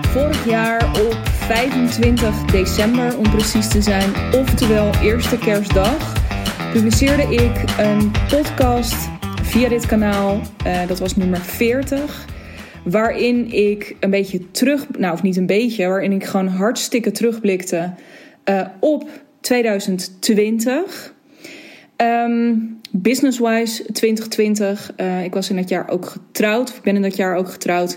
Vorig jaar op 25 december om precies te zijn, oftewel eerste kerstdag, publiceerde ik een podcast via dit kanaal. Dat was nummer 40. Waarin ik een beetje waarin ik gewoon hartstikke terugblikte op 2020. Business-wise 2020. Ik was in dat jaar ook getrouwd. Ik ben in dat jaar ook getrouwd.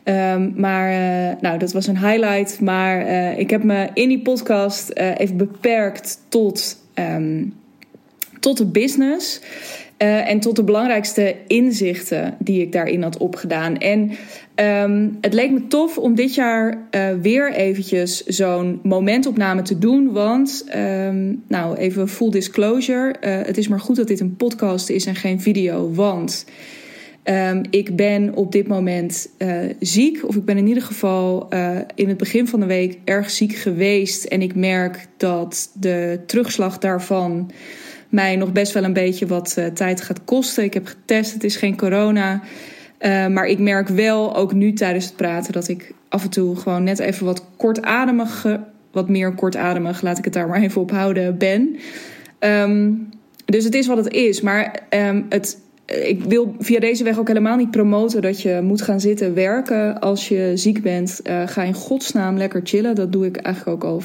Dat was een highlight. Maar ik heb me in die podcast even beperkt tot de business. En tot de belangrijkste inzichten die ik daarin had opgedaan. En het leek me tof om dit jaar weer eventjes zo'n momentopname te doen. Want, even full disclosure. Het is maar goed dat dit een podcast is en geen video. Want ik ben op dit moment ziek. Of ik ben in ieder geval in het begin van de week erg ziek geweest. En ik merk dat de terugslag daarvan mij nog best wel een beetje wat tijd gaat kosten. Ik heb getest, het is geen corona. Maar ik merk wel, ook nu tijdens het praten, dat ik af en toe gewoon net even wat meer kortademig, laat ik het daar maar even op houden, ben. Dus het is wat het is. Maar ik wil via deze weg ook helemaal niet promoten dat je moet gaan zitten werken als je ziek bent. Ga in godsnaam lekker chillen. Dat doe ik eigenlijk ook al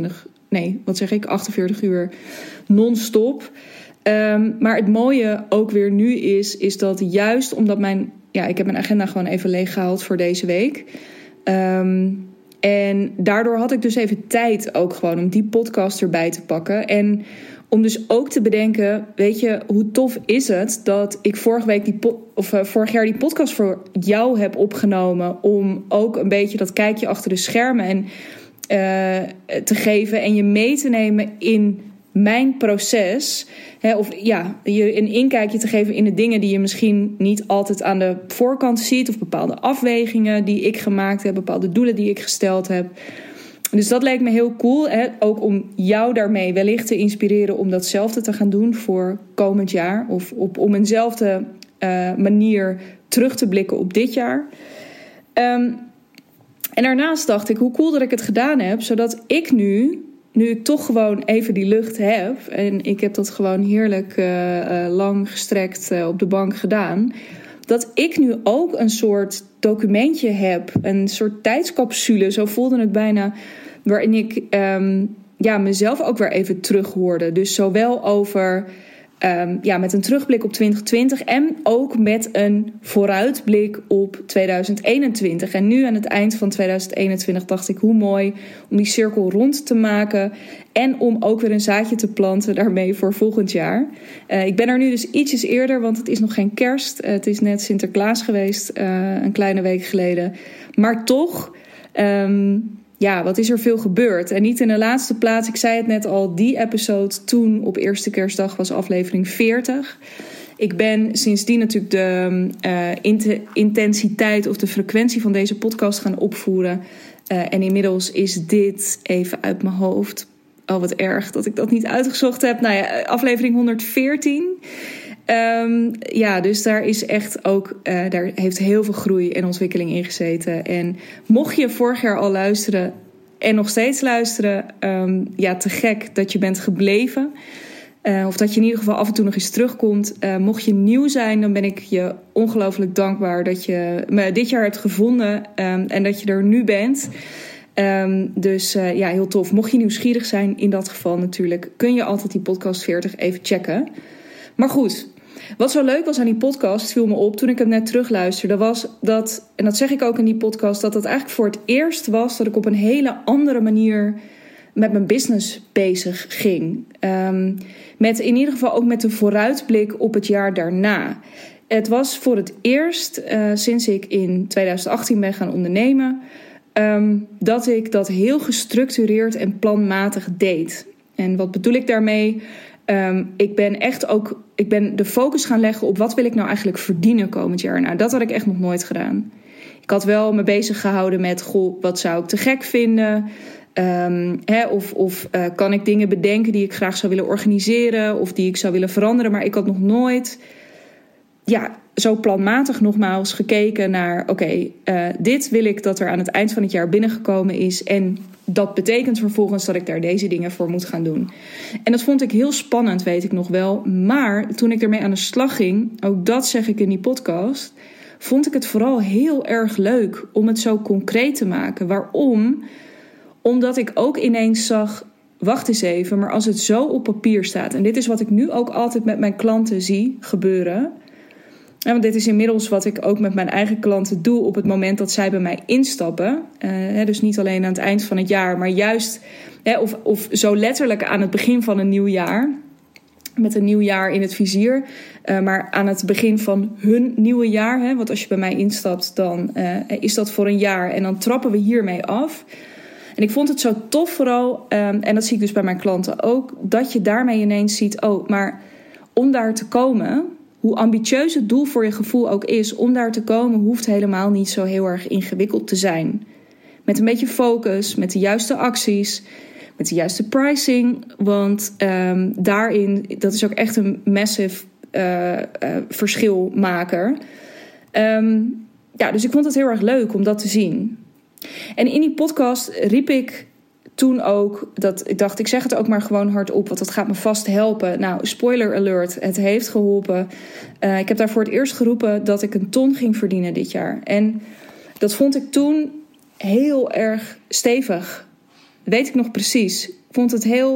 48 uur non-stop. Maar het mooie ook weer nu is dat juist omdat ik heb mijn agenda gewoon even leeggehaald voor deze week. En daardoor had ik dus even tijd ook gewoon om die podcast erbij te pakken. En om dus ook te bedenken, weet je, hoe tof is het dat ik vorig jaar die podcast voor jou heb opgenomen. Om ook een beetje dat kijkje achter de schermen te geven en je mee te nemen in mijn proces. Je een inkijkje te geven in de dingen die je misschien niet altijd aan de voorkant ziet. Of bepaalde afwegingen die ik gemaakt heb. Bepaalde doelen die ik gesteld heb. Dus dat leek me heel cool. Ook om jou daarmee wellicht te inspireren om datzelfde te gaan doen voor komend jaar. Of om eenzelfde manier terug te blikken op dit jaar. En daarnaast dacht ik, hoe cool dat ik het gedaan heb. Zodat ik nu ik toch gewoon even die lucht heb. En ik heb dat gewoon heerlijk lang gestrekt op de bank gedaan. Dat ik nu ook een soort documentje heb. Een soort tijdscapsule, zo voelde het bijna. Waarin ik mezelf ook weer even terughoorde. Dus zowel over met een terugblik op 2020 en ook met een vooruitblik op 2021. En nu aan het eind van 2021 dacht ik, hoe mooi om die cirkel rond te maken en om ook weer een zaadje te planten daarmee voor volgend jaar. Ik ben er nu dus ietsjes eerder, want het is nog geen kerst. Het is net Sinterklaas geweest, een kleine week geleden. Maar toch, wat is er veel gebeurd? En niet in de laatste plaats, ik zei het net al, die episode toen op eerste kerstdag was aflevering 40. Ik ben sindsdien natuurlijk de intensiteit of de frequentie van deze podcast gaan opvoeren. En inmiddels is dit even uit mijn hoofd. Oh, wat erg dat ik dat niet uitgezocht heb. Aflevering 114. Dus daar is echt ook, daar heeft heel veel groei en ontwikkeling in gezeten. En mocht je vorig jaar al luisteren en nog steeds luisteren, te gek dat je bent gebleven. Of dat je in ieder geval af en toe nog eens terugkomt. Mocht je nieuw zijn, dan ben ik je ongelooflijk dankbaar dat je me dit jaar hebt gevonden en dat je er nu bent. Heel tof. Mocht je nieuwsgierig zijn in dat geval natuurlijk, kun je altijd die podcast 40 even checken. Maar goed, wat zo leuk was aan die podcast, viel me op toen ik hem net terugluisterde, was dat, en dat zeg ik ook in die podcast, dat het eigenlijk voor het eerst was dat ik op een hele andere manier met mijn business bezig ging. Met in ieder geval ook met een vooruitblik op het jaar daarna. Het was voor het eerst sinds ik in 2018 ben gaan ondernemen, dat ik dat heel gestructureerd en planmatig deed. En wat bedoel ik daarmee? Ik ben de focus gaan leggen op wat wil ik nou eigenlijk verdienen komend jaar. Nou, dat had ik echt nog nooit gedaan. Ik had wel me bezig gehouden met, wat zou ik te gek vinden? Kan ik dingen bedenken die ik graag zou willen organiseren of die ik zou willen veranderen. Maar ik had nog nooit zo planmatig nogmaals gekeken naar... oké, dit wil ik dat er aan het eind van het jaar binnengekomen is... en dat betekent vervolgens dat ik daar deze dingen voor moet gaan doen. En dat vond ik heel spannend, weet ik nog wel. Maar toen ik ermee aan de slag ging, ook dat zeg ik in die podcast... vond ik het vooral heel erg leuk om het zo concreet te maken. Waarom? Omdat ik ook ineens zag... wacht eens even, maar als het zo op papier staat... en dit is wat ik nu ook altijd met mijn klanten zie gebeuren... want dit is inmiddels wat ik ook met mijn eigen klanten doe... op het moment dat zij bij mij instappen. Dus niet alleen aan het eind van het jaar... maar juist, of zo letterlijk aan het begin van een nieuw jaar... met een nieuw jaar in het vizier... maar aan het begin van hun nieuwe jaar... want als je bij mij instapt, dan is dat voor een jaar... en dan trappen we hiermee af... En ik vond het zo tof vooral, en dat zie ik dus bij mijn klanten ook... dat je daarmee ineens ziet, maar om daar te komen... hoe ambitieus het doel voor je gevoel ook is... om daar te komen hoeft helemaal niet zo heel erg ingewikkeld te zijn. Met een beetje focus, met de juiste acties... met de juiste pricing, want daarin... dat is ook echt een massive verschilmaker. Dus ik vond het heel erg leuk om dat te zien... En in die podcast riep ik toen ook... dat ik dacht, ik zeg het ook maar gewoon hardop... want dat gaat me vast helpen. Nou, spoiler alert, het heeft geholpen. Ik heb daar voor het eerst geroepen... dat ik 1 ton ging verdienen dit jaar. En dat vond ik toen heel erg stevig. Weet ik nog precies. Ik vond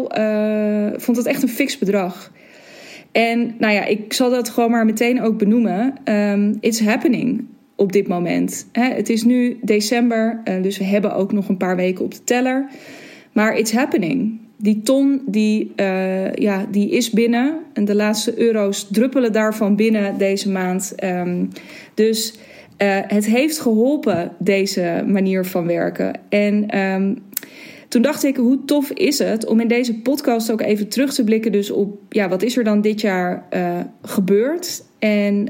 het echt een fix bedrag. En ik zal dat gewoon maar meteen ook benoemen. It's happening... op dit moment. Het is nu december, dus we hebben ook nog een paar weken op de teller. Maar it's happening. Die ton, die is binnen. En de laatste euro's druppelen daarvan binnen deze maand. Dus het heeft geholpen, deze manier van werken. En toen dacht ik, hoe tof is het om in deze podcast ook even terug te blikken... dus op, wat is er dan dit jaar gebeurd? En...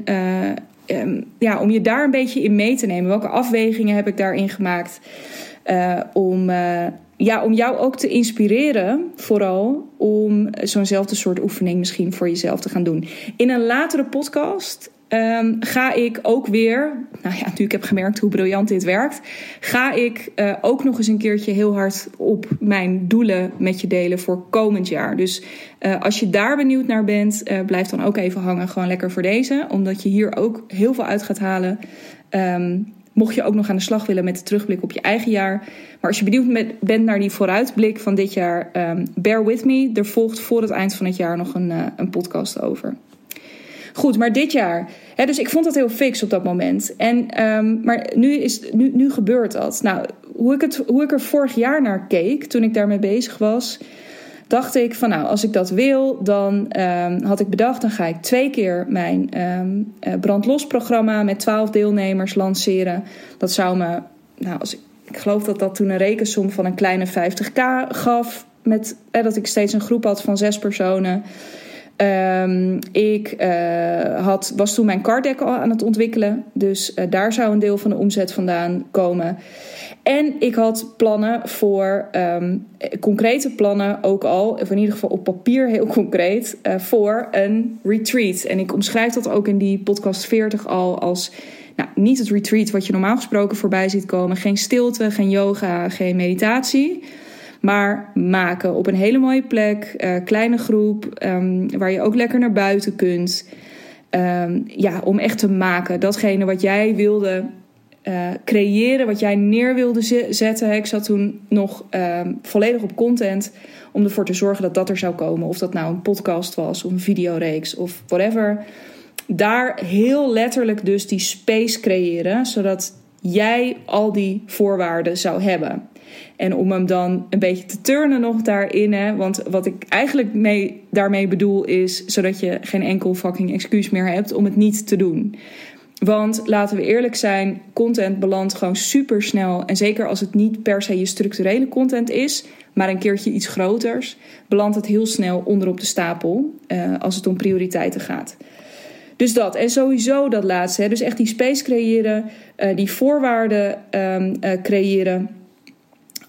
om je daar een beetje in mee te nemen. Welke afwegingen heb ik daarin gemaakt? Om jou ook te inspireren. Vooral om zo'nzelfde soort oefening misschien voor jezelf te gaan doen. In een latere podcast ga ik ook weer... nu ik heb gemerkt hoe briljant dit werkt... ga ik ook nog eens een keertje heel hard op mijn doelen met je delen voor komend jaar. Dus als je daar benieuwd naar bent, blijf dan ook even hangen. Gewoon lekker voor deze. Omdat je hier ook heel veel uit gaat halen. Mocht je ook nog aan de slag willen met de terugblik op je eigen jaar. Maar als je benieuwd bent naar die vooruitblik van dit jaar... bear with me. Er volgt voor het eind van het jaar nog een podcast over. Goed, maar dit jaar... dus ik vond dat heel fix op dat moment. Maar nu gebeurt dat. Nou, hoe ik er vorig jaar naar keek, toen ik daarmee bezig was... dacht ik van als ik dat wil, dan had ik bedacht... dan ga ik 2 keer mijn brandlos programma met 12 deelnemers lanceren. Dat zou me... ik geloof dat toen een rekensom van een kleine 50.000 gaf... met dat ik steeds een groep had van 6 personen... Ik was toen mijn card deck al aan het ontwikkelen. Dus daar zou een deel van de omzet vandaan komen. En ik had plannen voor, concrete plannen ook al... of in ieder geval op papier heel concreet... voor een retreat. En ik omschrijf dat ook in die podcast 40 al als... niet het retreat wat je normaal gesproken voorbij ziet komen. Geen stilte, geen yoga, geen meditatie... maar maken op een hele mooie plek, kleine groep, waar je ook lekker naar buiten kunt. Om echt te maken. Datgene wat jij wilde creëren, wat jij neer wilde zetten. Ik zat toen nog volledig op content om ervoor te zorgen dat dat er zou komen. Of dat nou een podcast was of een videoreeks of whatever. Daar heel letterlijk dus die space creëren, zodat jij al die voorwaarden zou hebben. En om hem dan een beetje te turnen nog daarin. Want wat ik eigenlijk daarmee bedoel is... zodat je geen enkel fucking excuus meer hebt om het niet te doen. Want laten we eerlijk zijn... content belandt gewoon super snel. En zeker als het niet per se je structurele content is... maar een keertje iets groters... belandt het heel snel onderop de stapel... als het om prioriteiten gaat. Dus dat. En sowieso dat laatste. Dus echt die space creëren. Die voorwaarden creëren...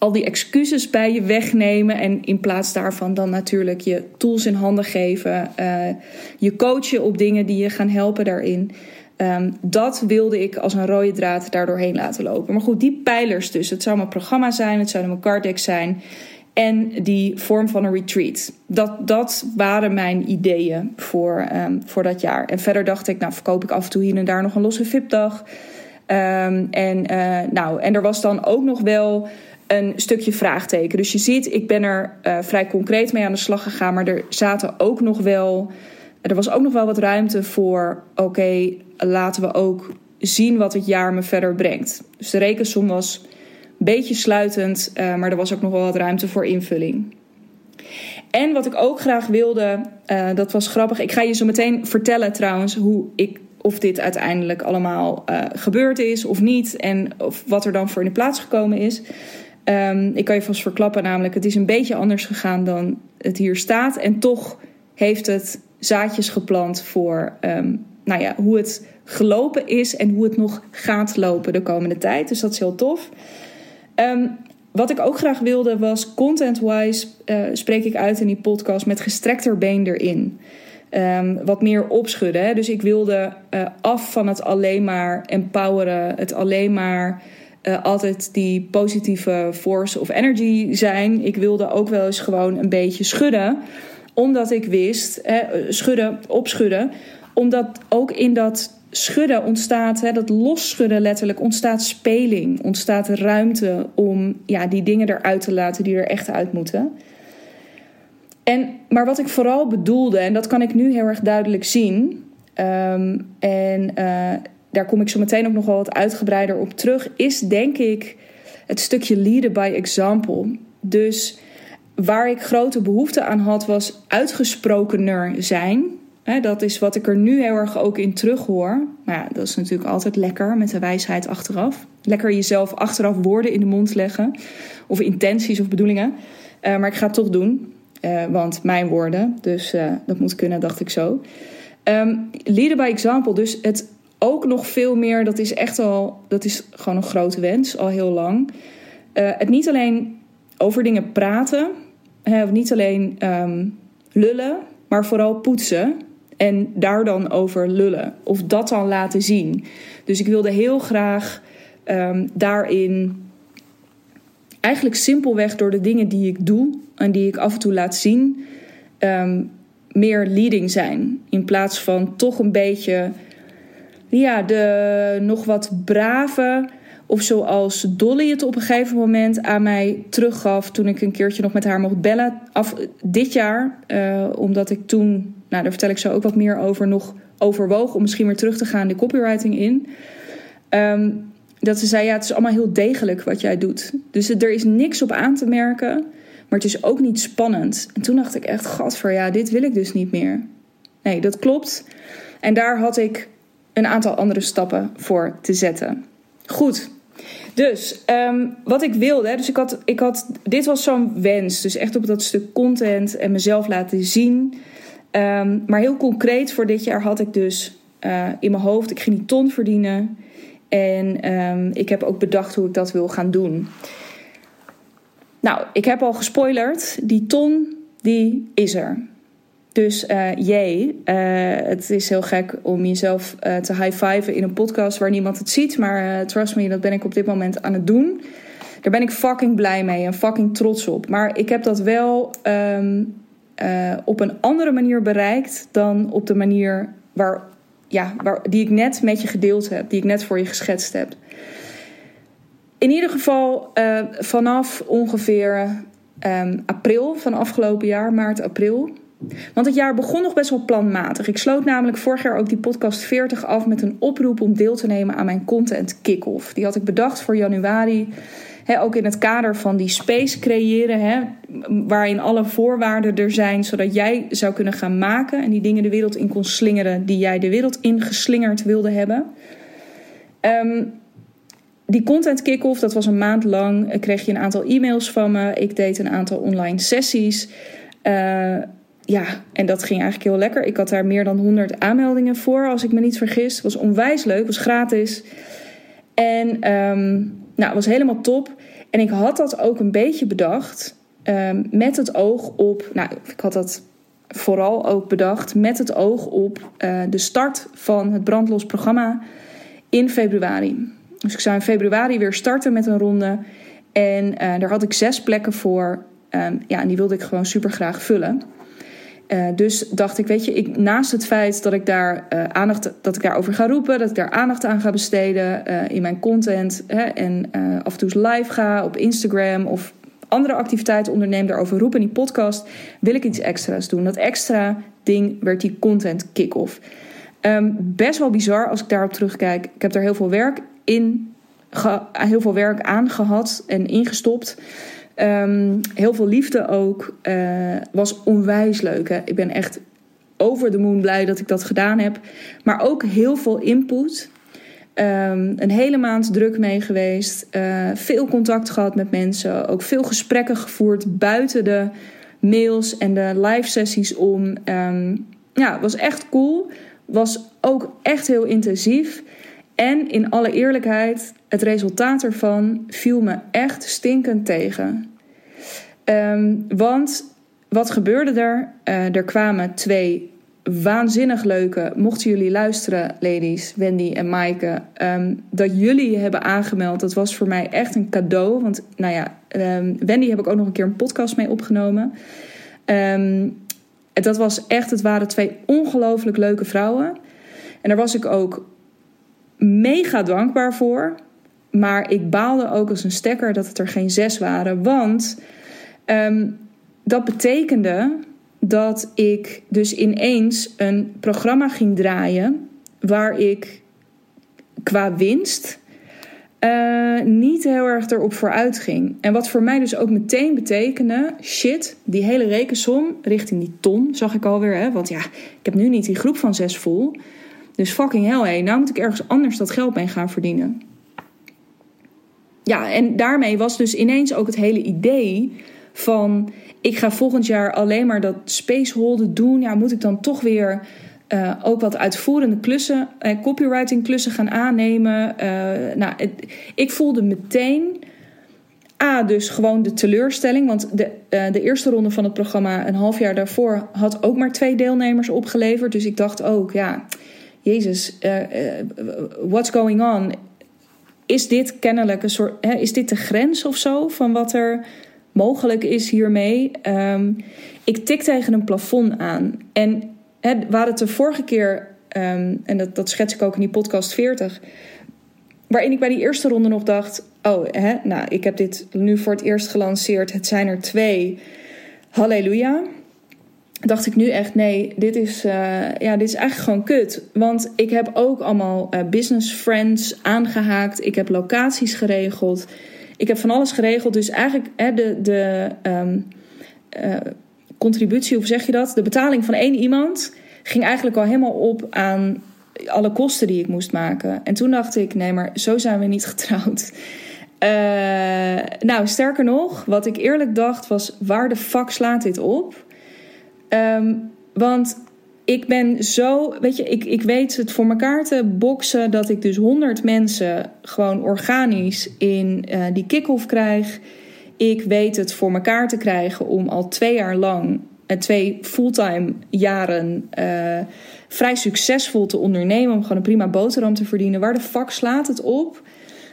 al die excuses bij je wegnemen. En in plaats daarvan dan natuurlijk je tools in handen geven. Je coachen op dingen die je gaan helpen daarin. Dat wilde ik als een rode draad daardoorheen laten lopen. Maar goed, die pijlers dus. Het zou mijn programma zijn, het zou mijn card deck zijn. En die vorm van een retreat. Dat waren mijn ideeën voor dat jaar. En verder dacht ik, verkoop ik af en toe hier en daar nog een losse VIP-dag. En er was dan ook nog wel een stukje vraagteken. Dus je ziet, ik ben er vrij concreet mee aan de slag gegaan. Maar er was ook nog wel wat ruimte voor... Oké, laten we ook zien wat het jaar me verder brengt. Dus de rekensom was een beetje sluitend. Maar er was ook nog wel wat ruimte voor invulling. En wat ik ook graag wilde, dat was grappig. Ik ga je zo meteen vertellen trouwens of dit uiteindelijk allemaal gebeurd is of niet. En of wat er dan voor in de plaats gekomen is. Ik kan je vast verklappen, namelijk het is een beetje anders gegaan dan het hier staat. En toch heeft het zaadjes geplant voor hoe het gelopen is en hoe het nog gaat lopen de komende tijd. Dus dat is heel tof. Wat ik ook graag wilde was content-wise, spreek ik uit in die podcast, met gestrekter been erin. Wat meer opschudden. Hè? Dus ik wilde af van het alleen maar empoweren, het alleen maar altijd die positieve force of energy zijn. Ik wilde ook wel eens gewoon een beetje schudden, omdat ik wist, opschudden, omdat ook in dat schudden ontstaat, dat losschudden letterlijk, ontstaat speling, ontstaat ruimte om die dingen eruit te laten die er echt uit moeten. Maar wat ik vooral bedoelde, en dat kan ik nu heel erg duidelijk zien, daar kom ik zo meteen ook nog wel wat uitgebreider op terug, is denk ik het stukje leaden by example. Dus waar ik grote behoefte aan had, was uitgesprokener zijn. Dat is wat ik er nu heel erg ook in terug hoor. Maar ja, dat is natuurlijk altijd lekker met de wijsheid achteraf. Lekker jezelf achteraf woorden in de mond leggen. Of intenties of bedoelingen. Maar ik ga het toch doen. Want mijn woorden. Dus dat moet kunnen, dacht ik zo. Leader by example. Dus het ook nog veel meer. Dat is gewoon een grote wens. Al heel lang. Het niet alleen over dingen praten. Of niet alleen lullen. Maar vooral poetsen. En daar dan over lullen. Of dat dan laten zien. Dus ik wilde heel graag daarin, eigenlijk simpelweg door de dingen die ik doe en die ik af en toe laat zien, meer leading zijn. In plaats van toch een beetje de nog wat brave, of zoals Dolly het op een gegeven moment aan mij teruggaf toen ik een keertje nog met haar mocht bellen. Dit jaar, omdat ik toen, daar vertel ik zo ook wat meer over, nog overwoog om misschien weer terug te gaan de copywriting in. Dat ze zei, het is allemaal heel degelijk wat jij doet. Dus er is niks op aan te merken, maar het is ook niet spannend. En toen dacht ik echt, gadver, dit wil ik dus niet meer. Nee, dat klopt. En daar had ik een aantal andere stappen voor te zetten. Goed. Dus wat ik wilde, dus ik had, dit was zo'n wens. Dus echt op dat stuk content en mezelf laten zien. Maar heel concreet voor dit jaar had ik dus in mijn hoofd, ik ging die ton verdienen. En ik heb ook bedacht hoe ik dat wil gaan doen. Nou, ik heb al gespoilerd. Die ton, die is er. Dus het is heel gek om jezelf te high-fiven in een podcast waar niemand het ziet. Maar trust me, dat ben ik op dit moment aan het doen. Daar ben ik fucking blij mee en fucking trots op. Maar ik heb dat wel op een andere manier bereikt dan op de manier die ik net met je gedeeld heb. Die ik net voor je geschetst heb. In ieder geval vanaf ongeveer april van afgelopen jaar, maart, april. Want het jaar begon nog best wel planmatig. Ik sloot namelijk vorig jaar ook die podcast 40 af met een oproep om deel te nemen aan mijn content kick-off. Die had ik bedacht voor januari. Ook in het kader van die space creëren, waarin alle voorwaarden er zijn, zodat jij zou kunnen gaan maken en die dingen de wereld in kon slingeren die jij de wereld in geslingerd wilde hebben. Die content kick-off, dat was een maand lang. Kreeg je een aantal e-mails van me. Ik deed een aantal online sessies. En dat ging eigenlijk heel lekker. Ik had daar meer dan 100 aanmeldingen voor, als ik me niet vergis. Het was onwijs leuk, het was gratis. En het was helemaal top. En ik had dat ook een beetje bedacht met het oog op... Nou, ik had dat vooral ook bedacht met het oog op de start van het Brandlos programma in februari. Dus ik zou in februari weer starten met een ronde. En daar had ik 6 plekken voor. En die wilde ik gewoon super graag vullen. Dus dacht ik, weet je, naast het feit dat ik daar dat ik daarover ga roepen, dat ik daar aandacht aan ga besteden in mijn content, en af en toe eens live ga op Instagram of andere activiteiten onderneem, daarover roepen in die podcast, wil ik iets extra's doen. Dat extra ding werd die content kick-off. Best wel bizar als ik daarop terugkijk. Ik heb daar heel veel werk aan gehad en ingestopt. Heel veel liefde ook. Was onwijs leuk. Hè? Ik ben echt over de moon blij dat ik dat gedaan heb. Maar ook heel veel input. Een hele maand druk mee geweest. Veel contact gehad met mensen. Ook veel gesprekken gevoerd buiten de mails en de live sessies om. Het was echt cool. Was ook echt heel intensief. En in alle eerlijkheid, het resultaat ervan viel me echt stinkend tegen. Want wat gebeurde er? Er kwamen 2 waanzinnig leuke, mochten jullie luisteren, ladies, Wendy en Maaike, dat jullie hebben aangemeld. Dat was voor mij echt een cadeau. Want Wendy heb ik ook nog een keer een podcast mee opgenomen. Dat was echt, het waren 2 ongelooflijk leuke vrouwen. En daar was ik ook mega dankbaar voor. Maar ik baalde ook als een stekker dat het er geen 6 waren. Want dat betekende dat ik dus ineens een programma ging draaien waar ik qua winst niet heel erg erop vooruit ging. En wat voor mij dus ook meteen betekende, shit, die hele rekensom richting die ton, zag ik alweer. Hè? Want ik heb nu niet die groep van 6 vol. Dus fucking hell, nou moet ik ergens anders dat geld mee gaan verdienen. Ja, en daarmee was dus ineens ook het hele idee van, ik ga volgend jaar alleen maar dat spaceholden doen. Ja, moet ik dan toch weer ook wat uitvoerende klussen, copywriting klussen gaan aannemen. Ik voelde meteen dus gewoon de teleurstelling. Want de eerste ronde van het programma een half jaar daarvoor had ook maar 2 deelnemers opgeleverd. Dus ik dacht ook, Jezus, what's going on? Is dit kennelijk een soort, is dit de grens of zo van wat er mogelijk is hiermee? Ik tik tegen een plafond aan. En waar het de vorige keer, en dat schets ik ook in die podcast 40, waarin ik bij die eerste ronde nog dacht, ik heb dit nu voor het eerst gelanceerd. Het zijn er 2. Halleluja. Dacht ik nu echt, nee, dit is eigenlijk gewoon kut. Want ik heb ook allemaal business friends aangehaakt. Ik heb locaties geregeld. Ik heb van alles geregeld. Dus eigenlijk de contributie, hoe zeg je dat? De betaling van 1 iemand ging eigenlijk al helemaal op aan alle kosten die ik moest maken. En toen dacht ik, nee, maar zo zijn we niet getrouwd. Sterker nog, wat ik eerlijk dacht was, waar de fuck slaat dit op? Want ik ben zo, ik weet het voor elkaar te boksen dat ik dus 100 mensen gewoon organisch in die kick-off krijg. Ik weet het voor elkaar te krijgen om al 2 jaar lang, 2 fulltime jaren, vrij succesvol te ondernemen, om gewoon een prima boterham te verdienen. Waar de fuck slaat het op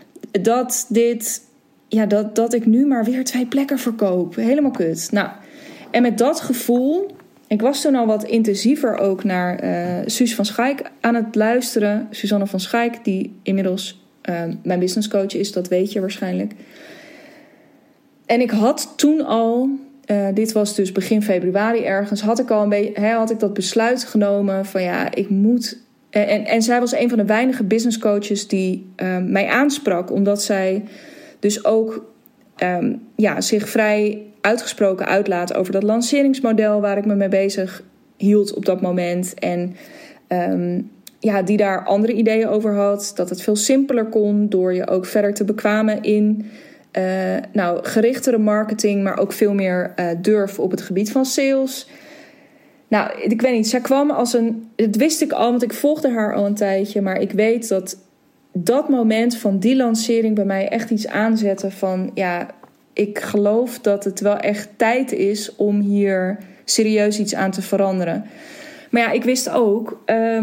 dat ik nu maar weer 2 plekken verkoop? Helemaal kut. Nou, en met dat gevoel, ik was toen al wat intensiever ook naar Suus van Schaik aan het luisteren. Suzanne van Schaik, die inmiddels mijn businesscoach is, dat weet je waarschijnlijk. En ik had toen al, dit was dus begin februari ergens, had ik dat besluit genomen van ik moet. En zij was een van de weinige businesscoaches die mij aansprak, omdat zij dus ook zich vrij uitgesproken uitlaat over dat lanceringsmodel waar ik me mee bezig hield op dat moment. En die daar andere ideeën over had. Dat het veel simpeler kon door je ook verder te bekwamen in gerichtere marketing, maar ook veel meer durf op het gebied van sales. Nou, ik weet niet, zij kwam als het wist ik al, want ik volgde haar al een tijdje, maar ik weet dat dat moment van die lancering bij mij echt iets aanzette van... ja, ik geloof dat het wel echt tijd is om hier serieus iets aan te veranderen. Maar ja, ik wist ook...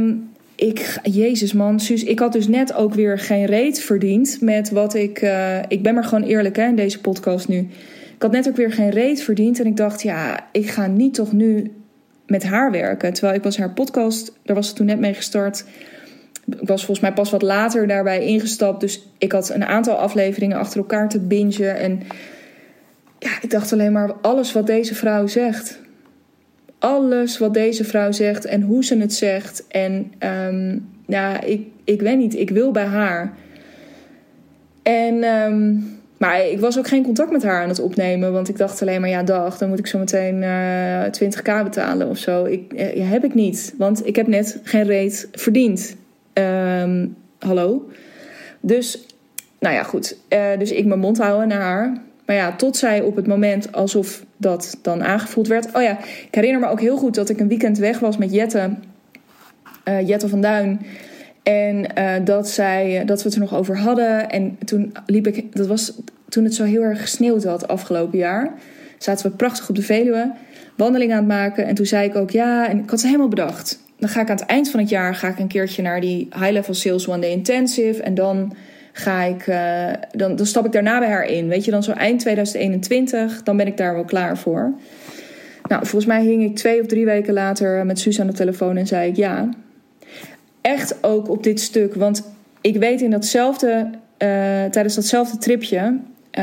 Jezus man, Suus, ik had dus net ook weer geen reet verdiend met wat ik... ik ben maar gewoon eerlijk in deze podcast nu. Ik had net ook weer geen reet verdiend en ik dacht... ja, ik ga niet toch nu met haar werken. Terwijl ik was haar podcast, daar was ze toen net mee gestart... Ik was volgens mij pas wat later daarbij ingestapt. Dus ik had een aantal afleveringen achter elkaar te bingen. En ja, ik dacht alleen maar alles wat deze vrouw zegt. Alles wat deze vrouw zegt en hoe ze het zegt. En ja, ik weet niet, ik wil bij haar. En, maar ik was ook geen contact met haar aan het opnemen. Want ik dacht alleen maar, ja dag, dan moet ik zo meteen 20k betalen of zo. Heb ik niet, want ik heb net geen reet verdiend. Hallo. Dus, nou ja, goed. Dus ik mijn mond houden naar haar. Maar ja, tot zij op het moment alsof dat dan aangevoeld werd. Oh ja, ik herinner me ook heel goed dat ik een weekend weg was met Jette. Jette van Duin. En dat we het er nog over hadden. En toen liep ik... Dat was toen het zo heel erg gesneeuwd had afgelopen jaar. Zaten we prachtig op de Veluwe. Wandeling aan het maken. En toen zei ik ook ja. En ik had ze helemaal bedacht. Dan ga ik aan het eind van het jaar een keertje naar die High Level Sales One Day Intensive. En dan ga ik, dan stap ik daarna bij haar in. Weet je, dan zo eind 2021, dan ben ik daar wel klaar voor. Nou, volgens mij hing ik 2 of 3 weken later met Suus aan de telefoon en zei ik ja. Echt ook op dit stuk, want ik weet in datzelfde, tijdens datzelfde tripje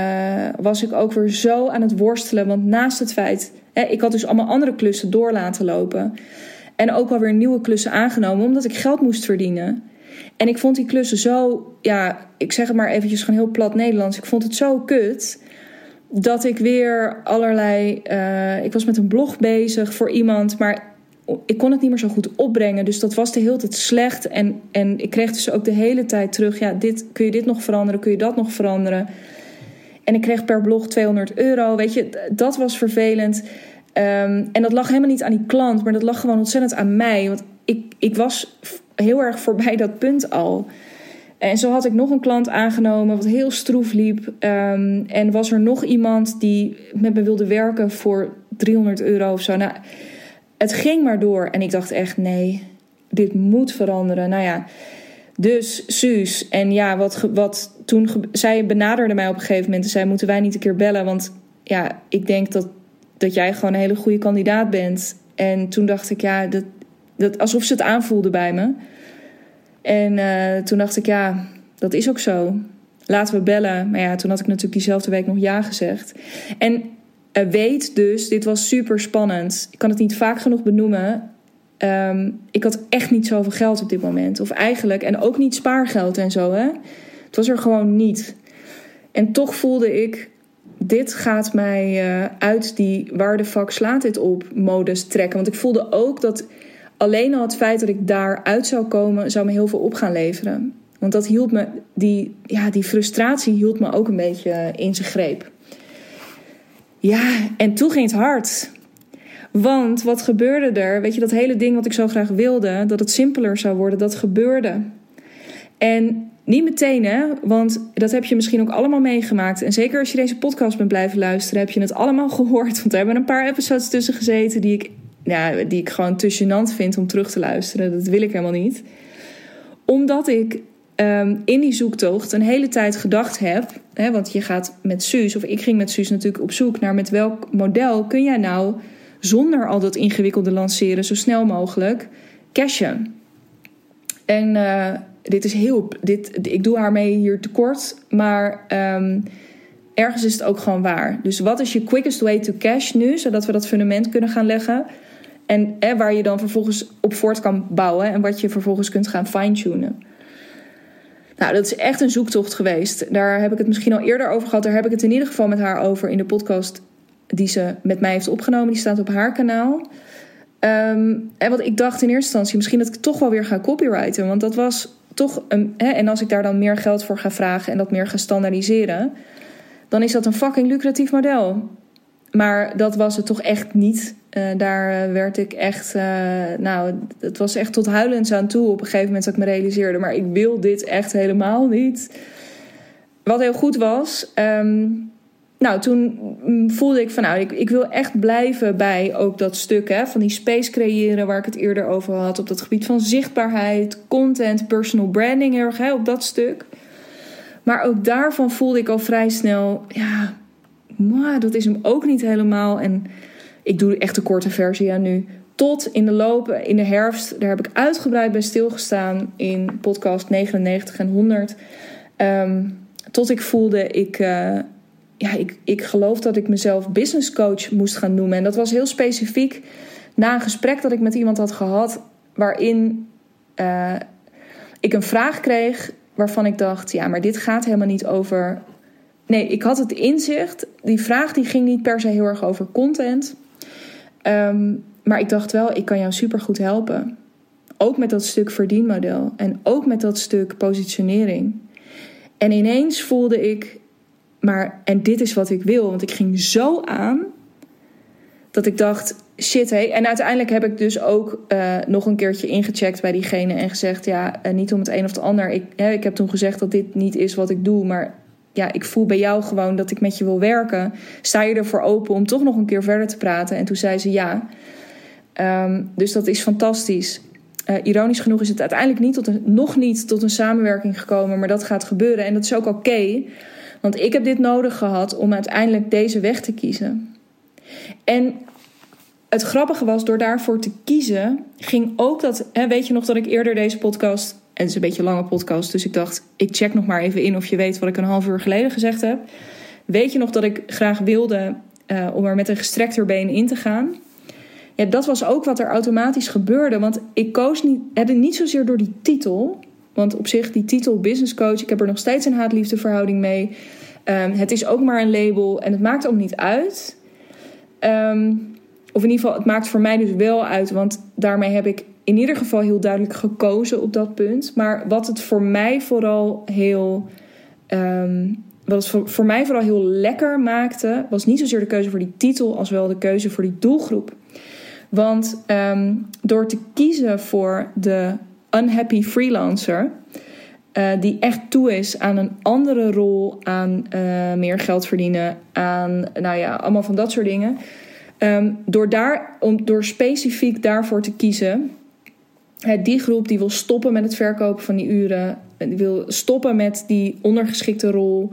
was ik ook weer zo aan het worstelen. Want naast het feit, ik had dus allemaal andere klussen door laten lopen. En ook alweer nieuwe klussen aangenomen, omdat ik geld moest verdienen. En ik vond die klussen zo, ja, ik zeg het maar eventjes gewoon heel plat Nederlands. Ik vond het zo kut, dat ik weer allerlei... ik was met een blog bezig voor iemand, maar ik kon het niet meer zo goed opbrengen. Dus dat was de hele tijd slecht. En ik kreeg dus ook de hele tijd terug, ja, kun je dit nog veranderen, kun je dat nog veranderen. En ik kreeg per blog €200. Weet je, dat was vervelend. En dat lag helemaal niet aan die klant, maar dat lag gewoon ontzettend aan mij. Want ik was heel erg voorbij dat punt al. En zo had ik nog een klant aangenomen wat heel stroef liep. En was er nog iemand die met me wilde werken voor €300 of zo. Nou, het ging maar door. En ik dacht echt, nee, dit moet veranderen. Nou ja, dus Suus. En ja, wat toen... Zij benaderde mij op een gegeven moment en zei, moeten wij niet een keer bellen? Want ja, ik denk dat jij gewoon een hele goede kandidaat bent. En toen dacht ik, ja, dat alsof ze het aanvoelde bij me. En toen dacht ik, ja, dat is ook zo. Laten we bellen. Maar ja, toen had ik natuurlijk diezelfde week nog ja gezegd. En weet dus, dit was super spannend. Ik kan het niet vaak genoeg benoemen. Ik had echt niet zoveel geld op dit moment. Of eigenlijk, en ook niet spaargeld en zo, hè. Het was er gewoon niet. En toch voelde ik, dit gaat mij uit die waar de fuck slaat dit op modus trekken. Want ik voelde ook dat alleen al het feit dat ik daaruit zou komen, zou me heel veel op gaan leveren. Want dat hield me, die frustratie hield me ook een beetje in zijn greep. Ja, en toen ging het hard. Want wat gebeurde er? Weet je, dat hele ding wat ik zo graag wilde, dat het simpeler zou worden, dat gebeurde. En niet meteen, hè, want dat heb je misschien ook allemaal meegemaakt. En zeker als je deze podcast bent blijven luisteren, heb je het allemaal gehoord. Want er hebben een paar episodes tussen gezeten die ik gewoon te gênant vind om terug te luisteren. Dat wil ik helemaal niet. Omdat ik in die zoektocht een hele tijd gedacht heb, hè, want je gaat met Suus, of ik ging met Suus natuurlijk op zoek naar met welk model kun jij nou zonder al dat ingewikkelde lanceren zo snel mogelijk cashen. En ik doe haar mee hier tekort, maar ergens is het ook gewoon waar. Dus wat is je quickest way to cash nu, zodat we dat fundament kunnen gaan leggen en waar je dan vervolgens op voort kan bouwen en wat je vervolgens kunt gaan fine-tunen. Nou, dat is echt een zoektocht geweest. Daar heb ik het misschien al eerder over gehad. Daar heb ik het in ieder geval met haar over in de podcast die ze met mij heeft opgenomen. Die staat op haar kanaal. En wat ik dacht in eerste instantie, misschien dat ik toch wel weer ga copyrighten. Want dat was toch en als ik daar dan meer geld voor ga vragen en dat meer ga standaardiseren, dan is dat een fucking lucratief model. Maar dat was het toch echt niet. Daar werd ik echt... het was echt tot huilens aan toe op een gegeven moment dat ik me realiseerde. Maar ik wil dit echt helemaal niet. Wat heel goed was... toen voelde ik van... ik wil echt blijven bij ook dat stuk van die space creëren... waar ik het eerder over had. Op dat gebied van zichtbaarheid, content, personal branding. Heel erg op dat stuk. Maar ook daarvan voelde ik al vrij snel... maar dat is hem ook niet helemaal. En ik doe echt de korte versie aan nu. Tot in de herfst, daar heb ik uitgebreid bij stilgestaan... in podcast 99 en 100. Tot ik voelde, ik geloof dat ik mezelf business coach moest gaan noemen. En dat was heel specifiek na een gesprek dat ik met iemand had gehad... waarin ik een vraag kreeg waarvan ik dacht... maar dit gaat helemaal niet over... Nee, ik had het inzicht. Die vraag die ging niet per se heel erg over content. Maar ik dacht wel, ik kan jou supergoed helpen. Ook met dat stuk verdienmodel. En ook met dat stuk positionering. En ineens voelde ik... en dit is wat ik wil. Want ik ging zo aan... dat ik dacht, shit hé. En uiteindelijk heb ik dus ook nog een keertje ingecheckt bij diegene... en gezegd, niet om het een of het ander. Ik heb toen gezegd dat dit niet is wat ik doe... maar ik voel bij jou gewoon dat ik met je wil werken. Sta je ervoor open om toch nog een keer verder te praten? En toen zei ze ja. Dus dat is fantastisch. Ironisch genoeg is het uiteindelijk nog niet tot een samenwerking gekomen... maar dat gaat gebeuren en dat is ook oké. Want ik heb dit nodig gehad om uiteindelijk deze weg te kiezen. En het grappige was, door daarvoor te kiezen... ging ook dat... weet je nog dat ik eerder deze podcast... en het is een beetje een lange podcast... dus ik dacht, ik check nog maar even in... of je weet wat ik een half uur geleden gezegd heb. Weet je nog dat ik graag wilde... om er met een gestrekter been in te gaan? Ja, dat was ook wat er automatisch gebeurde. Want ik koos niet zozeer door die titel... want op zich, die titel business coach... ik heb er nog steeds een haat-liefde verhouding mee. Het is ook maar een label... en het maakt ook niet uit... of in ieder geval, het maakt voor mij dus wel uit... want daarmee heb ik in ieder geval heel duidelijk gekozen op dat punt. Maar wat het voor mij vooral heel... voor mij vooral heel lekker maakte... was niet zozeer de keuze voor die titel... als wel de keuze voor die doelgroep. Want door te kiezen voor de unhappy freelancer... die echt toe is aan een andere rol... aan meer geld verdienen... aan allemaal van dat soort dingen... Door specifiek daarvoor te kiezen... die groep die wil stoppen met het verkopen van die uren... die wil stoppen met die ondergeschikte rol...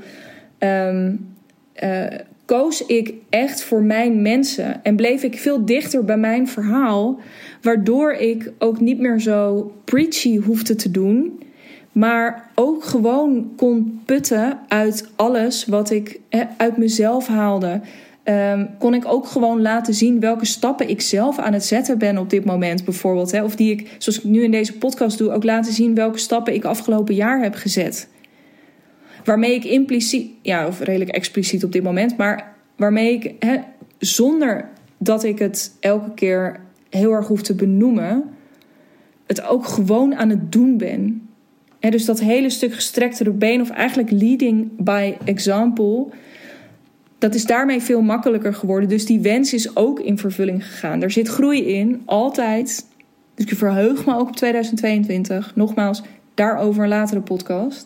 koos ik echt voor mijn mensen... en bleef ik veel dichter bij mijn verhaal... waardoor ik ook niet meer zo preachy hoefde te doen... maar ook gewoon kon putten uit alles wat ik uit mezelf haalde... kon ik ook gewoon laten zien welke stappen ik zelf aan het zetten ben op dit moment bijvoorbeeld. Of die ik, zoals ik nu in deze podcast doe, ook laten zien welke stappen ik afgelopen jaar heb gezet. Waarmee ik impliciet, of redelijk expliciet op dit moment, maar waarmee ik, zonder dat ik het elke keer heel erg hoef te benoemen, het ook gewoon aan het doen ben. Dus dat hele stuk gestrektere been, of eigenlijk leading by example, dat is daarmee veel makkelijker geworden. Dus die wens is ook in vervulling gegaan. Er zit groei in, altijd. Dus ik verheug me ook op 2022. Nogmaals, daarover een latere podcast.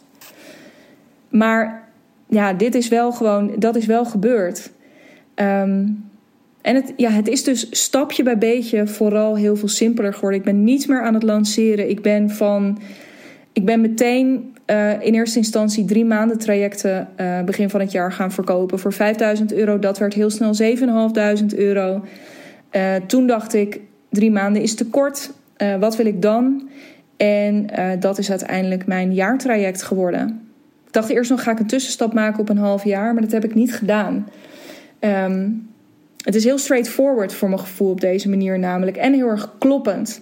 Maar dit is wel gewoon, dat is wel gebeurd. En het is dus stapje bij beetje vooral heel veel simpeler geworden. Ik ben niet meer aan het lanceren. Ik ben meteen in eerste instantie 3 maanden trajecten begin van het jaar gaan verkopen voor €5.000. Dat werd heel snel €7.500. Toen dacht ik, 3 maanden is te kort. Wat wil ik dan? En dat is uiteindelijk mijn jaartraject geworden. Ik dacht eerst nog, ga ik een tussenstap maken op een half jaar, maar dat heb ik niet gedaan. Het is heel straightforward voor mijn gevoel op deze manier namelijk. En heel erg kloppend.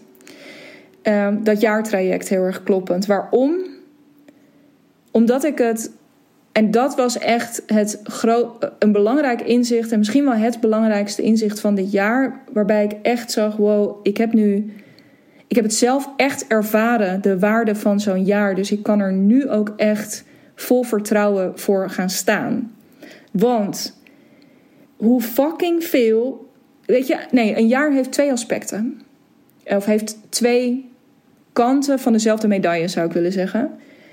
Dat jaartraject heel erg kloppend. Waarom? Omdat ik het... En dat was echt een belangrijk inzicht. En misschien wel het belangrijkste inzicht van dit jaar. Waarbij ik echt zag, wow, ik heb het zelf echt ervaren. De waarde van zo'n jaar. Dus ik kan er nu ook echt vol vertrouwen voor gaan staan. Want hoe fucking veel weet je, nee, een jaar heeft 2 aspecten. Of heeft 2 kanten van dezelfde medaille, zou ik willen zeggen.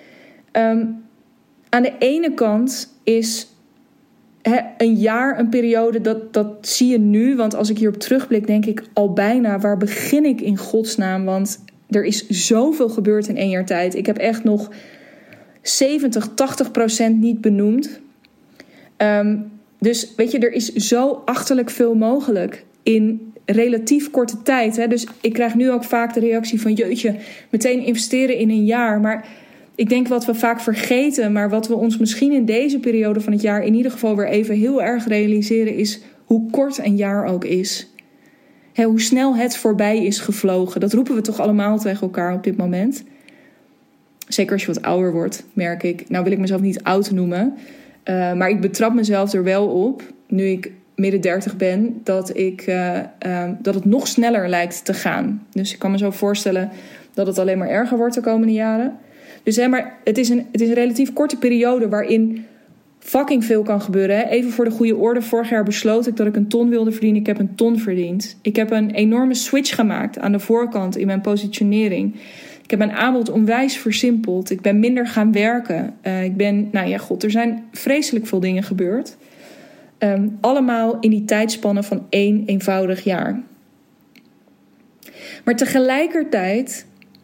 Aan de ene kant is een jaar, een periode, dat zie je nu. Want als ik hierop terugblik, denk ik al bijna, waar begin ik in godsnaam? Want er is zoveel gebeurd in 1 jaar tijd. Ik heb echt nog 70-80% niet benoemd. Dus weet je, er is zo achterlijk veel mogelijk in relatief korte tijd. Hè? Dus ik krijg nu ook vaak de reactie van jeetje, meteen investeren in een jaar. Maar ik denk wat we vaak vergeten, maar wat we ons misschien in deze periode van het jaar in ieder geval weer even heel erg realiseren, is hoe kort een jaar ook is. Hoe snel het voorbij is gevlogen. Dat roepen we toch allemaal tegen elkaar op dit moment. Zeker als je wat ouder wordt, merk ik. Nou wil ik mezelf niet oud noemen. Maar ik betrap mezelf er wel op, nu ik midden 30 ben, dat het nog sneller lijkt te gaan. Dus ik kan me zo voorstellen dat het alleen maar erger wordt de komende jaren. Dus maar het is een relatief korte periode waarin fucking veel kan gebeuren. Hè? Even voor de goede orde. Vorig jaar besloot ik dat ik 1 ton wilde verdienen. Ik heb 1 ton verdiend. Ik heb een enorme switch gemaakt aan de voorkant in mijn positionering. Ik heb mijn aanbod onwijs versimpeld. Ik ben minder gaan werken. Er zijn vreselijk veel dingen gebeurd. Allemaal in die tijdspannen van 1 eenvoudig jaar. Maar tegelijkertijd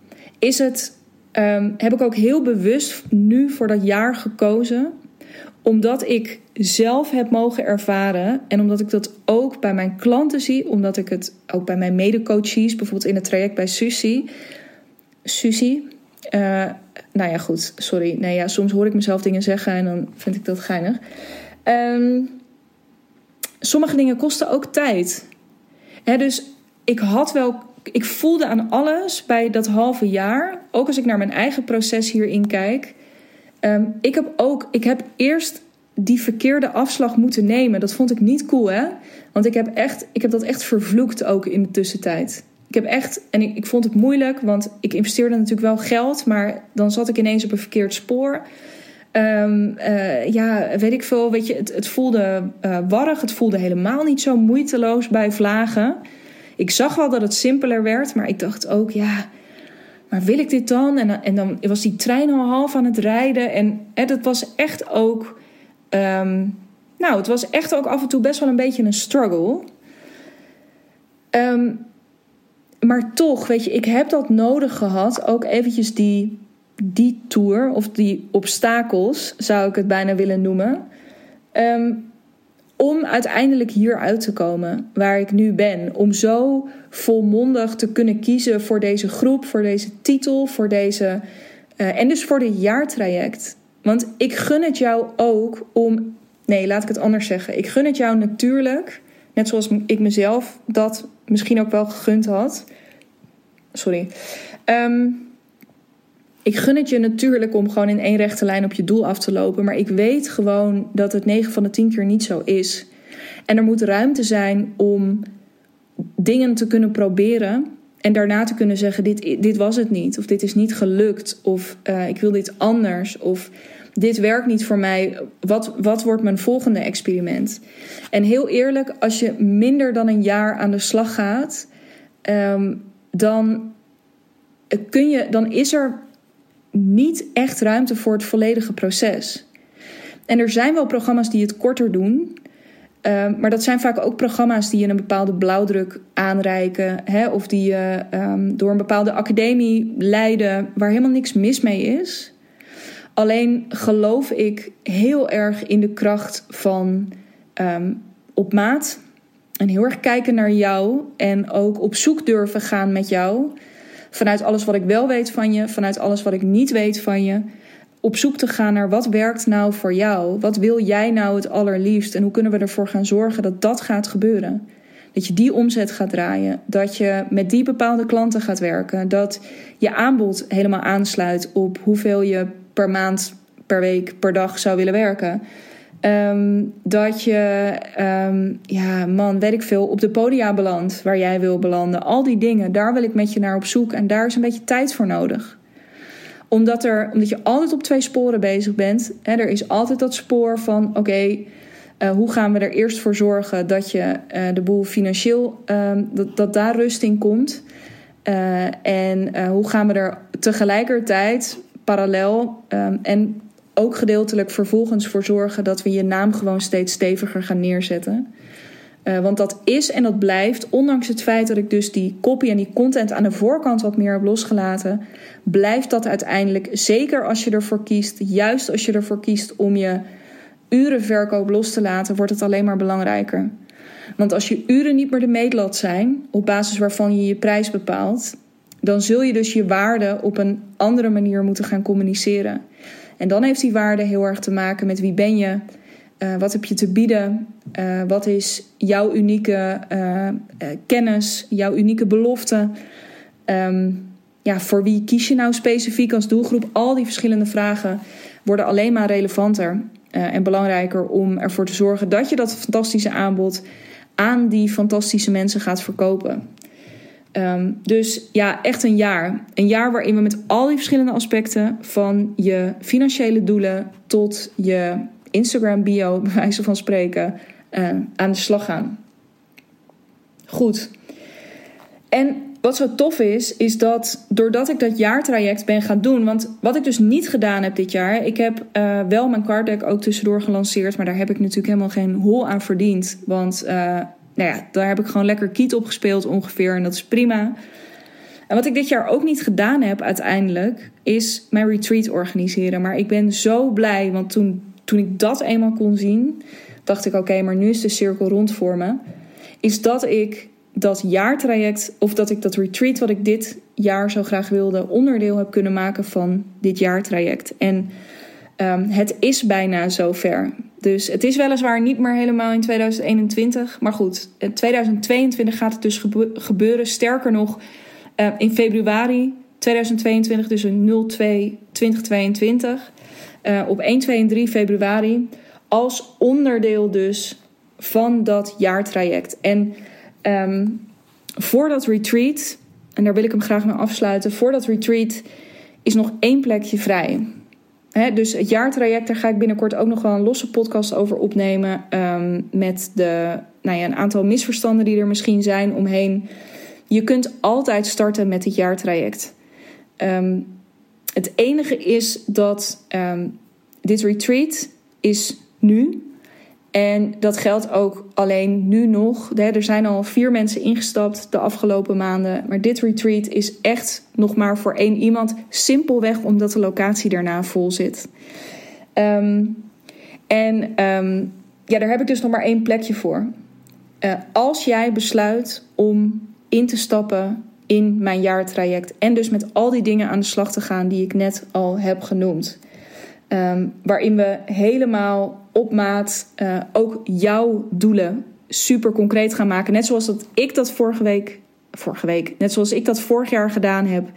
heb ik ook heel bewust nu voor dat jaar gekozen, omdat ik zelf heb mogen ervaren en omdat ik dat ook bij mijn klanten zie, omdat ik het ook bij mijn medecoaches, bijvoorbeeld in het traject bij Susie. Soms hoor ik mezelf dingen zeggen en dan vind ik dat geinig. Sommige dingen kosten ook tijd. Dus ik voelde aan alles bij dat halve jaar, ook als ik naar mijn eigen proces hierin kijk. Ik heb eerst die verkeerde afslag moeten nemen. Dat vond ik niet cool, hè? Want ik heb dat echt vervloekt ook in de tussentijd. Ik vond het moeilijk, want ik investeerde natuurlijk wel geld, maar dan zat ik ineens op een verkeerd spoor. Weet ik veel. Weet je, het voelde warrig. Het voelde helemaal niet zo moeiteloos bij vlagen. Ik zag wel dat het simpeler werd, maar ik dacht ook, ja, maar wil ik dit dan? En dan was die trein al half aan het rijden. En het was echt ook, het was echt ook af en toe best wel een beetje een struggle. Maar toch, weet je, ik heb dat nodig gehad, ook eventjes die tour, of die obstakels, zou ik het bijna willen noemen, om uiteindelijk hier uit te komen waar ik nu ben. Om zo volmondig te kunnen kiezen voor deze groep, voor deze titel, voor deze en dus voor dit jaartraject. Want ik gun het jou ook om, nee, laat ik het anders zeggen. Ik gun het jou natuurlijk, net zoals ik mezelf dat misschien ook wel gegund had. Sorry. Ik gun het je natuurlijk om gewoon in 1 rechte lijn op je doel af te lopen. Maar ik weet gewoon dat het 9 van de 10 keer niet zo is. En er moet ruimte zijn om dingen te kunnen proberen. En daarna te kunnen zeggen, dit was het niet. Of dit is niet gelukt. Of ik wil dit anders. Of dit werkt niet voor mij. Wat wordt mijn volgende experiment? En heel eerlijk, als je minder dan een jaar aan de slag gaat, dan is er niet echt ruimte voor het volledige proces. En er zijn wel programma's die het korter doen. Maar dat zijn vaak ook programma's die je een bepaalde blauwdruk aanreiken. Of die je door een bepaalde academie leiden waar helemaal niks mis mee is. Alleen geloof ik heel erg in de kracht van op maat. En heel erg kijken naar jou. En ook op zoek durven gaan met jou. Vanuit alles wat ik wel weet van je. Vanuit alles wat ik niet weet van je. Op zoek te gaan naar wat werkt nou voor jou. Wat wil jij nou het allerliefst? En hoe kunnen we ervoor gaan zorgen dat dat gaat gebeuren? Dat je die omzet gaat draaien. Dat je met die bepaalde klanten gaat werken. Dat je aanbod helemaal aansluit op hoeveel je per maand, per week, per dag zou willen werken. Dat je, weet ik veel, op de podia belandt waar jij wil belanden. Al die dingen, daar wil ik met je naar op zoek. En daar is een beetje tijd voor nodig. Omdat je altijd op 2 sporen bezig bent. Er is altijd dat spoor van, oké, Hoe gaan we er eerst voor zorgen dat je de boel financieel, dat daar rust in komt? En hoe gaan we er tegelijkertijd parallel en ook gedeeltelijk vervolgens voor zorgen dat we je naam gewoon steeds steviger gaan neerzetten? Want dat is en dat blijft, ondanks het feit dat ik dus die copy en die content aan de voorkant wat meer heb losgelaten, blijft dat uiteindelijk, zeker als je ervoor kiest, juist als je ervoor kiest om je urenverkoop los te laten, wordt het alleen maar belangrijker. Want als je uren niet meer de meetlat zijn, op basis waarvan je je prijs bepaalt, dan zul je dus je waarde op een andere manier moeten gaan communiceren. En dan heeft die waarde heel erg te maken met wie ben je, wat heb je te bieden, wat is jouw unieke kennis, jouw unieke belofte. Voor wie kies je nou specifiek als doelgroep? Al die verschillende vragen worden alleen maar relevanter en belangrijker om ervoor te zorgen dat je dat fantastische aanbod aan die fantastische mensen gaat verkopen. Dus ja, echt een jaar. Een jaar waarin we met al die verschillende aspecten, van je financiële doelen tot je Instagram bio, bij wijze van spreken, aan de slag gaan. Goed. En wat zo tof is dat doordat ik dat jaartraject ben gaan doen, want wat ik dus niet gedaan heb dit jaar, ik heb wel mijn card deck ook tussendoor gelanceerd, maar daar heb ik natuurlijk helemaal geen hol aan verdiend, want daar heb ik gewoon lekker kiet op gespeeld ongeveer en dat is prima. En wat ik dit jaar ook niet gedaan heb uiteindelijk, is mijn retreat organiseren. Maar ik ben zo blij, want toen ik dat eenmaal kon zien, dacht ik oké, maar nu is de cirkel rond voor me. Is dat ik dat jaartraject, of dat ik dat retreat wat ik dit jaar zo graag wilde, onderdeel heb kunnen maken van dit jaartraject. En het is bijna zover. Dus het is weliswaar niet meer helemaal in 2021. Maar goed, in 2022 gaat het dus gebeuren. Sterker nog, in februari 2022, dus in 02/2022. Op 1, 2 en 3 februari. Als onderdeel dus van dat jaartraject. En voor dat retreat, en daar wil ik hem graag mee afsluiten. Voor dat retreat is nog 1 plekje vrij. Dus het jaartraject, daar ga ik binnenkort ook nog wel een losse podcast over opnemen. Met een aantal misverstanden die er misschien zijn omheen. Je kunt altijd starten met het jaartraject. Het enige is dat dit retreat is nu. En dat geldt ook alleen nu nog. Er zijn al 4 mensen ingestapt de afgelopen maanden. Maar dit retreat is echt nog maar voor 1 iemand. Simpelweg omdat de locatie daarna vol zit. Daar heb ik dus nog maar 1 plekje voor. Als jij besluit om in te stappen in mijn jaartraject. En dus met al die dingen aan de slag te gaan die ik net al heb genoemd. Waarin we helemaal op maat ook jouw doelen super concreet gaan maken. Net zoals dat ik dat vorige week, net zoals ik dat vorig jaar gedaan heb.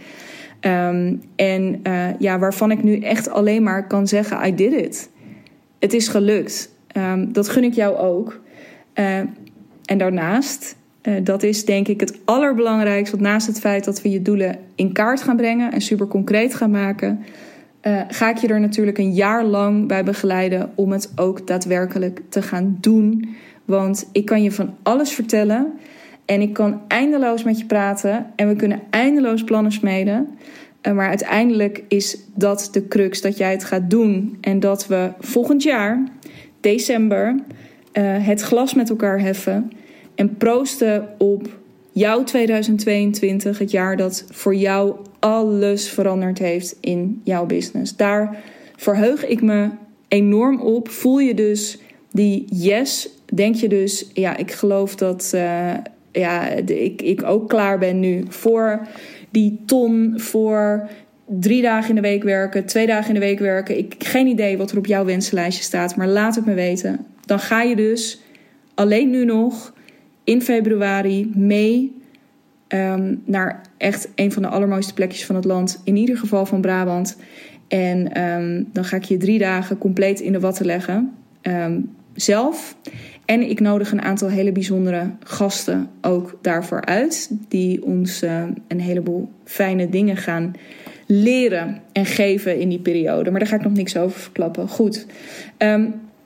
Waarvan ik nu echt alleen maar kan zeggen, I did it. Het is gelukt. Dat gun ik jou ook. En daarnaast, dat is denk ik het allerbelangrijkste. Want naast het feit dat we je doelen in kaart gaan brengen en super concreet gaan maken, ga ik je er natuurlijk een jaar lang bij begeleiden om het ook daadwerkelijk te gaan doen. Want ik kan je van alles vertellen en ik kan eindeloos met je praten en we kunnen eindeloos plannen smeden. Maar uiteindelijk is dat de crux, dat jij het gaat doen en dat we volgend jaar, december, het glas met elkaar heffen en proosten op jouw 2022, het jaar dat voor jou alles veranderd heeft in jouw business. Daar verheug ik me enorm op. Voel je dus die yes? Denk je dus, ja, ik geloof dat ik ook klaar ben nu voor die ton, voor 3 dagen in de week werken, 2 dagen in de week werken. Ik heb geen idee wat er op jouw wensenlijstje staat, maar laat het me weten. Dan ga je dus alleen nu nog in februari mee naar echt een van de allermooiste plekjes van het land. In ieder geval van Brabant. En dan ga ik je 3 dagen compleet in de watten leggen. Zelf. En ik nodig een aantal hele bijzondere gasten ook daarvoor uit. Die ons een heleboel fijne dingen gaan leren en geven in die periode. Maar daar ga ik nog niks over verklappen. Goed.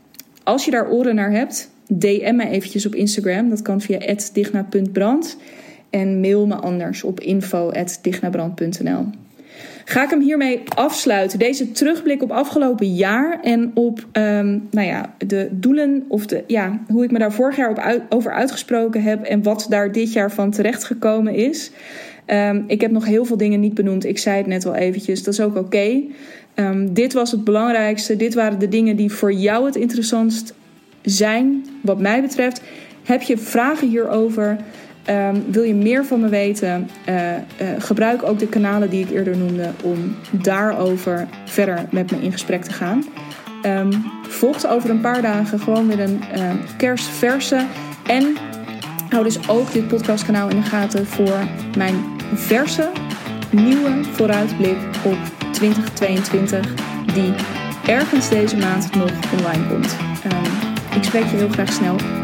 als je daar oren naar hebt, DM me eventjes op Instagram. Dat kan via @digna.brand. En mail me anders op info@dignabrand.nl. Ga ik hem hiermee afsluiten. Deze terugblik op afgelopen jaar en op de doelen of hoe ik me daar vorig jaar over uitgesproken heb en wat daar dit jaar van terecht gekomen is. Ik heb nog heel veel dingen niet benoemd. Ik zei het net al eventjes. Dat is ook oké. Dit was het belangrijkste. Dit waren de dingen die voor jou het interessantst zijn, wat mij betreft. Heb je vragen hierover? Wil je meer van me weten? Gebruik ook de kanalen die ik eerder noemde om daarover verder met me in gesprek te gaan. Volgt over een paar dagen gewoon weer een kerstverse. En hou dus ook dit podcastkanaal in de gaten voor mijn verse nieuwe vooruitblik op 2022 die ergens deze maand nog online komt. Ik spreek je heel graag snel.